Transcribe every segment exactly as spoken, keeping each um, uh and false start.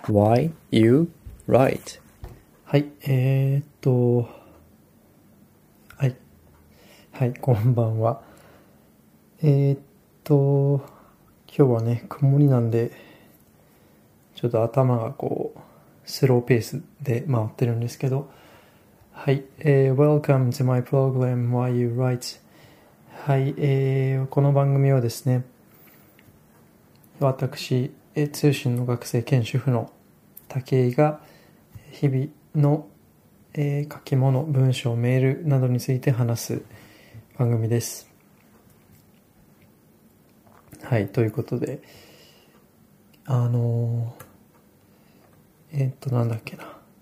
Why you write? はい、えー、っと、はい、はい、こんばんは。えー、っと、今日はね、曇りなんで、ちょっと頭がこう、スローペースで回ってるんですけど、はい、えー、Welcome to my program Why You Write. はい、えー、この番組はですね、私、えー通信の学生兼主婦の武井が日々のえー書き物、文章、メールなどについて話す番組です。はい、ということで、あのー、えーっと、なんだっけな。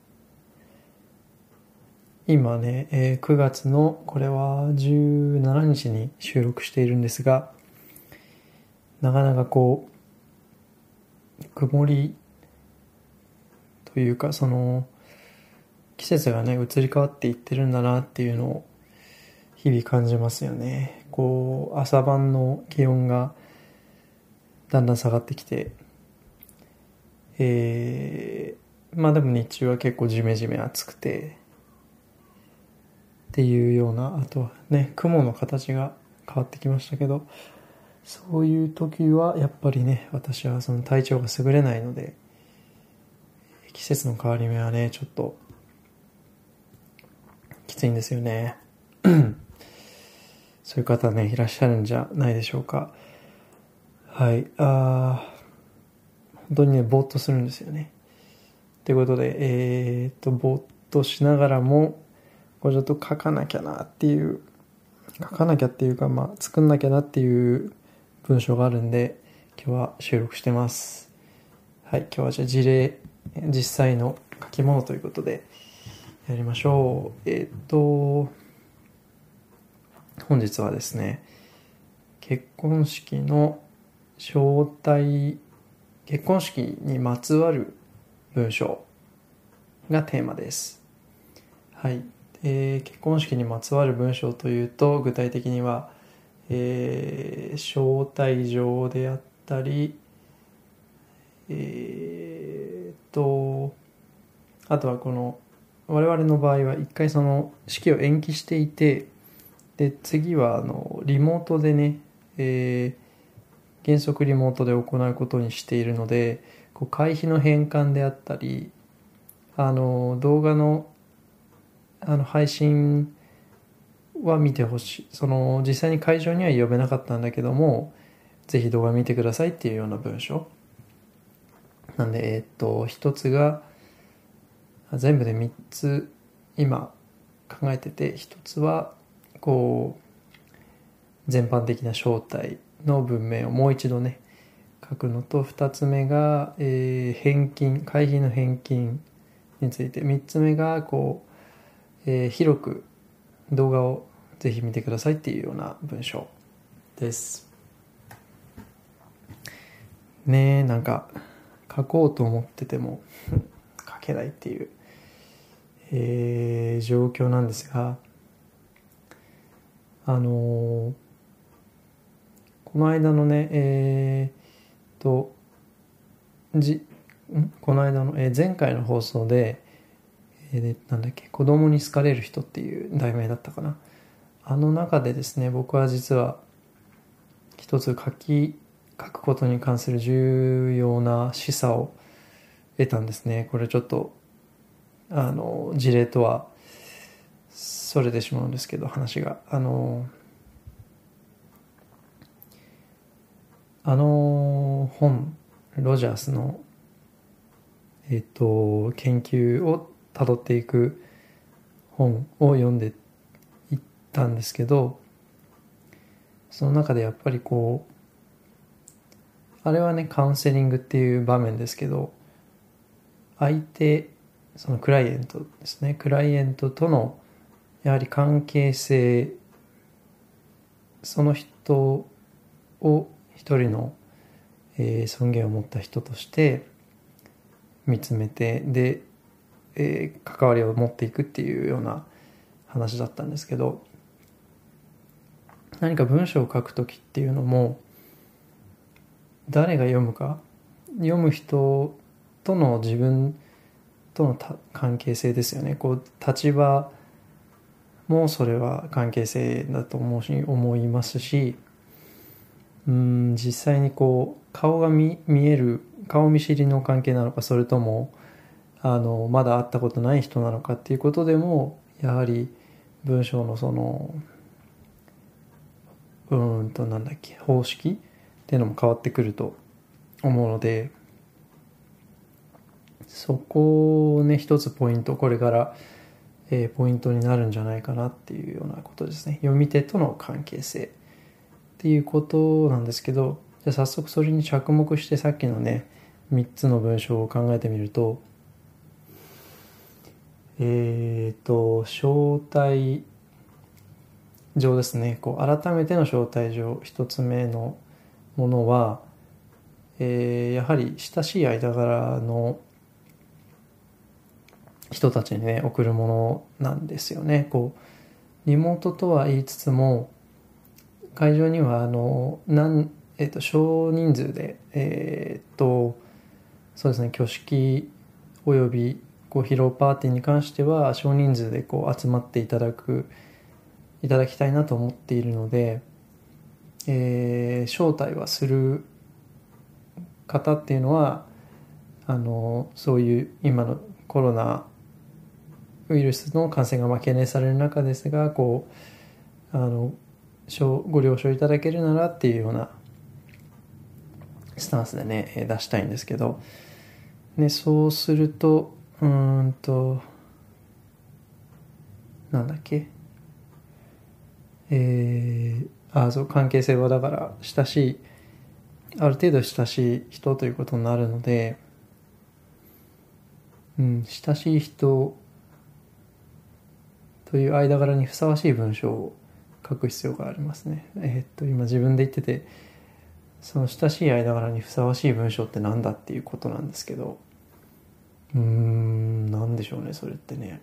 今ね、えーくがつの、これはじゅうしちにちに収録しているんですが、なかなかこう、曇りというか、その、季節がね、移り変わっていってるんだなっていうのを日々感じますよね。こう、朝晩の気温がだんだん下がってきて、えー、まあでも日中は結構ジメジメ暑くてっていうような、あとはね、雲の形が変わってきましたけど、そういう時はやっぱりね、私はその体調が優れないので、季節の変わり目はね、ちょっときついんですよね。そういう方ね、いらっしゃるんじゃないでしょうか。はい、あー、本当にね、ぼーっとするんですよね。ということで、えー、っと、ぼーっとしながらも、これちょっと書かなきゃなっていう、書かなきゃっていうか、まあ、作んなきゃなっていう文章があるんで、今日は収録してます。はい、今日はじゃあ事例、実際の書き物ということで、やりましょう。えー、っと、本日はですね、結婚式の招待、結婚式にまつわる文章がテーマです。はい、えー、結婚式にまつわる文章というと、具体的には、えー、招待状であったり、えー、とあとはこの我々の場合は一回その式を延期していて、で次はあのリモートでね、えー、原則リモートで行うことにしているので、こう会費の返還であったり、あの動画のあの配信は見てほしい。その実際に会場には呼べなかったんだけども、ぜひ動画見てくださいっていうような文章なんで、えー、っと一つが全部でみっつ今考えてて、一つはこう全般的な正体の文面をもう一度ね書くのと、二つ目が、えー、返金会費の返金について、三つ目がこう、えー、広く動画をぜひ見てくださいっていうような文章ですね。えなんか書こうと思ってても書けないっていう、えー、状況なんですが、あのー、この間のねえー、っとじんこの間の、えー、前回の放送で、えー、でなんだっけ子供に好かれる人っていう題名だったかな。あの中でですね、僕は実は一つ書き書くことに関する重要な示唆を得たんですね。これちょっとあの事例とはそれてしまうんですけど、話があのあの本ロジャースのえっと研究をたどっていく本を読んでいったんですけど、その中でやっぱりこうあれはねカウンセリングっていう場面ですけど、相手そのクライエントですねクライエントとのやはり関係性、その人を一人の、えー尊厳を持った人として見つめて、で、えー関わりを持っていくっていうような話だったんですけど、何か文章を書くときっていうのも、誰が読むか、読む人との自分とのた関係性ですよね。こう立場もそれは関係性だと思うし思いますし、うーん実際にこう顔が 見, 見える顔見知りの関係なのか、それともあのまだ会ったことない人なのかっていうことでも、やはり文章のそのうーんとなんだっけ方式っていうのも変わってくると思うので、そこをね一つポイント、これから、えー、ポイントになるんじゃないかなっていうようなことですね。読み手との関係性っていうことなんですけど、じゃあ早速それに着目してさっきのねみっつの文章を考えてみると、えっ、ー、と招待状ですね。こう改めての招待状一つ目のものは、えー、やはり親しい間柄の人たちにね送るものなんですよね。こうリモートとは言いつつも、会場にはあの何、えー、と少人数でえっ、ー、とそうですね、挙式およびこう披露パーティーに関しては少人数でこう集まっていただくいただきたいなと思っているので、えー、招待はする方っていうのはあのそういう今のコロナウイルスの感染がまあ懸念される中ですが、こうあのご了承いただけるならっていうようなスタンスでね出したいんですけど、ね、そうするとうーんとなんだっけえー、あそう関係性はだから親しいある程度親しい人ということになるので、うん、親しい人という間柄にふさわしい文章を書く必要がありますね。えー、っと今自分で言ってて、その親しい間柄にふさわしい文章ってなんだっていうことなんですけど、うーんなんでしょうねそれってね。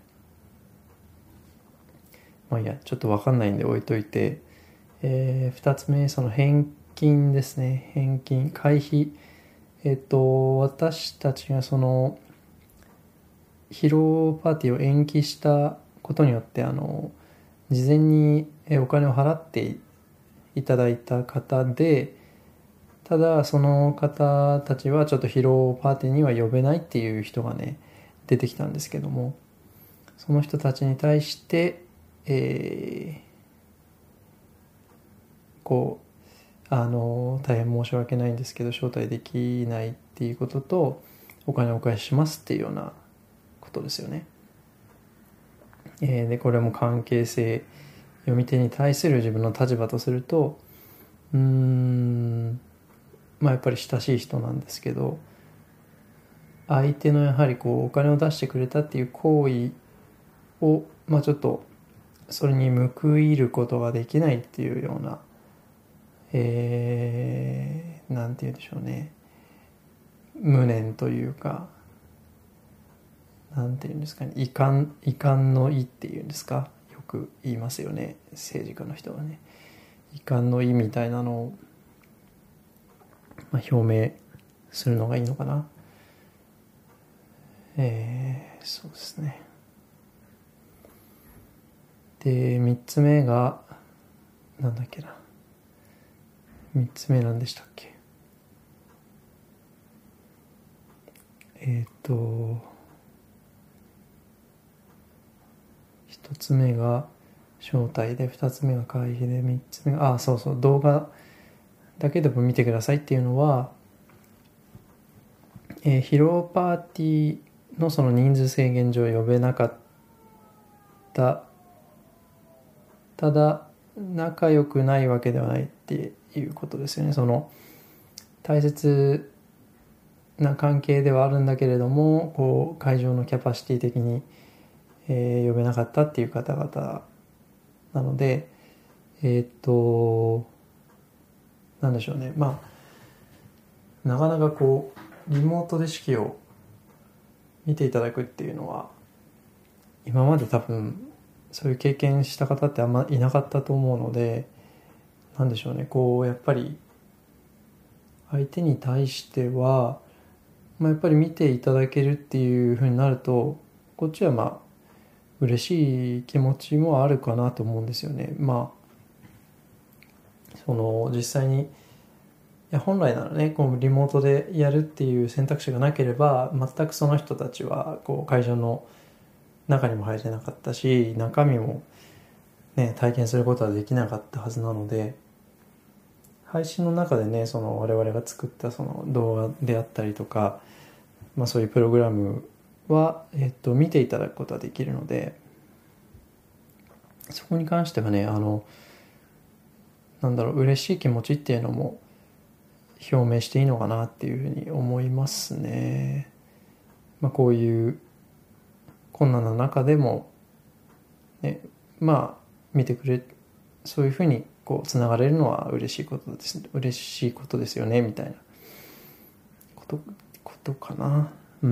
まあいやちょっと分かんないんで置いといて、えー、ふたつめ、その返金ですね。返金回避、えっと私たちがその披露パーティーを延期したことによって、あの事前にお金を払っていただいた方で、ただその方たちはちょっと披露パーティーには呼べないっていう人がね出てきたんですけども、その人たちに対してえー、こうあの大変申し訳ないんですけど招待できないっていうことと、お金をお返ししますっていうようなことですよね。えー、でこれも関係性、読み手に対する自分の立場とすると、うーんまあやっぱり親しい人なんですけど、相手のやはりこうお金を出してくれたっていう行為をまあちょっとそれに報いることができないっていうような、えー、なんて言うんでしょうね、無念というか、なんて言うんですかね、遺憾遺憾の意っていうんですか、よく言いますよね政治家の人はね。遺憾の意みたいなのを、まあ、表明するのがいいのかな。えー、そうですね。でみっつめがなんだっけなみっつめなんでしたっけえっ、ー、とひとつめが招待で、ふたつめが会費で、みっつめがあそうそう動画だけでも見てくださいっていうのは、えー、披露パーティーのその人数制限上呼べなかった、ただ仲良くないわけではないっていうことですよね。その大切な関係ではあるんだけれども、こう会場のキャパシティ的に、えー、呼べなかったっていう方々なので、えー、っとなんでしょうね、まあなかなかこうリモートで式を見ていただくっていうのは今まで多分そういう経験した方ってあんまいなかったと思うので、なんでしょうね、こうやっぱり相手に対してはまあ、やっぱり見ていただけるっていう風になると、こっちはまあ嬉しい気持ちもあるかなと思うんですよね。まあその実際に、いや本来ならね、こうリモートでやるっていう選択肢がなければ、全くその人たちはこう会場の中にも入れなかったし、中身もね体験することはできなかったはずなので、配信の中でね、その我々が作ったその動画であったりとか、まあ、そういうプログラムは、えっと、見ていただくことができるので、そこに関してはね、あのなんだろう、嬉しい気持ちっていうのも表明していいのかなっていうふうに思いますね。まあ、こういう困難な中でも、ね、まあ見てくれ、そういうふうにこうつながれるのは嬉しいことです、嬉しいことですよねみたいなことことかな。うん。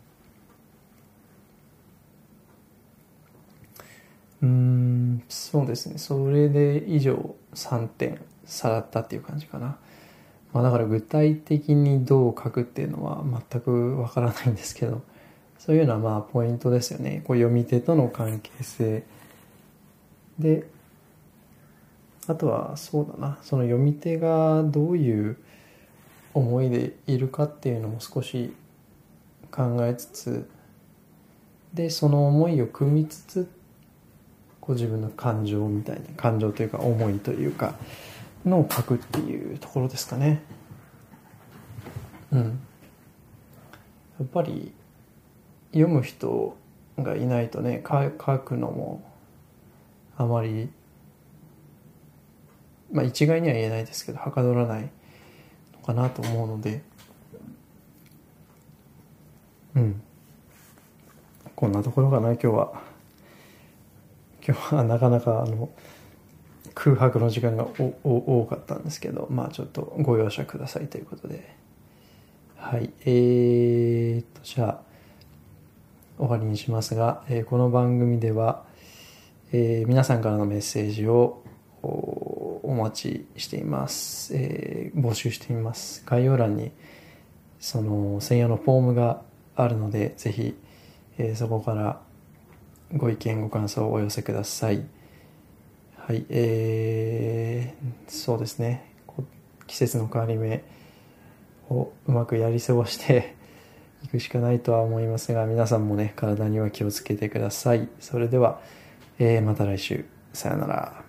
うーん、そうですね。それで以上さんてん下がったっていう感じかな。まあだから具体的にどう書くっていうのは全くわからないんですけど、そういうのはまあポイントですよね。こう読み手との関係性で、あとはそうだな、その読み手がどういう思いでいるかっていうのも少し考えつつ、でその思いを組みつつ、こう自分の感情みたいな、感情というか思いというかのを書くっていうところですかね。うん。やっぱり読む人がいないとね、書くのもあまり、まあ一概には言えないですけど、はかどらないのかなと思うので、うん。こんなところかな、今日は。今日はなかなかあの空白の時間がおお多かったんですけど、まあちょっとご容赦くださいということで。はい。えーっと、じゃあ、終わりにしますが、えーこの番組では、えー皆さんからのメッセージをおお待ちしています、えー募集しています。概要欄にその専用のフォームがあるので、ぜひ、えーそこからご意見ご感想をお寄せください。はい、えー、そうですね、季節の変わり目をうまくやり過ごしていくしかないとは思いますが、皆さんもね、体には気をつけてください。それでは、えーまた来週、さよなら。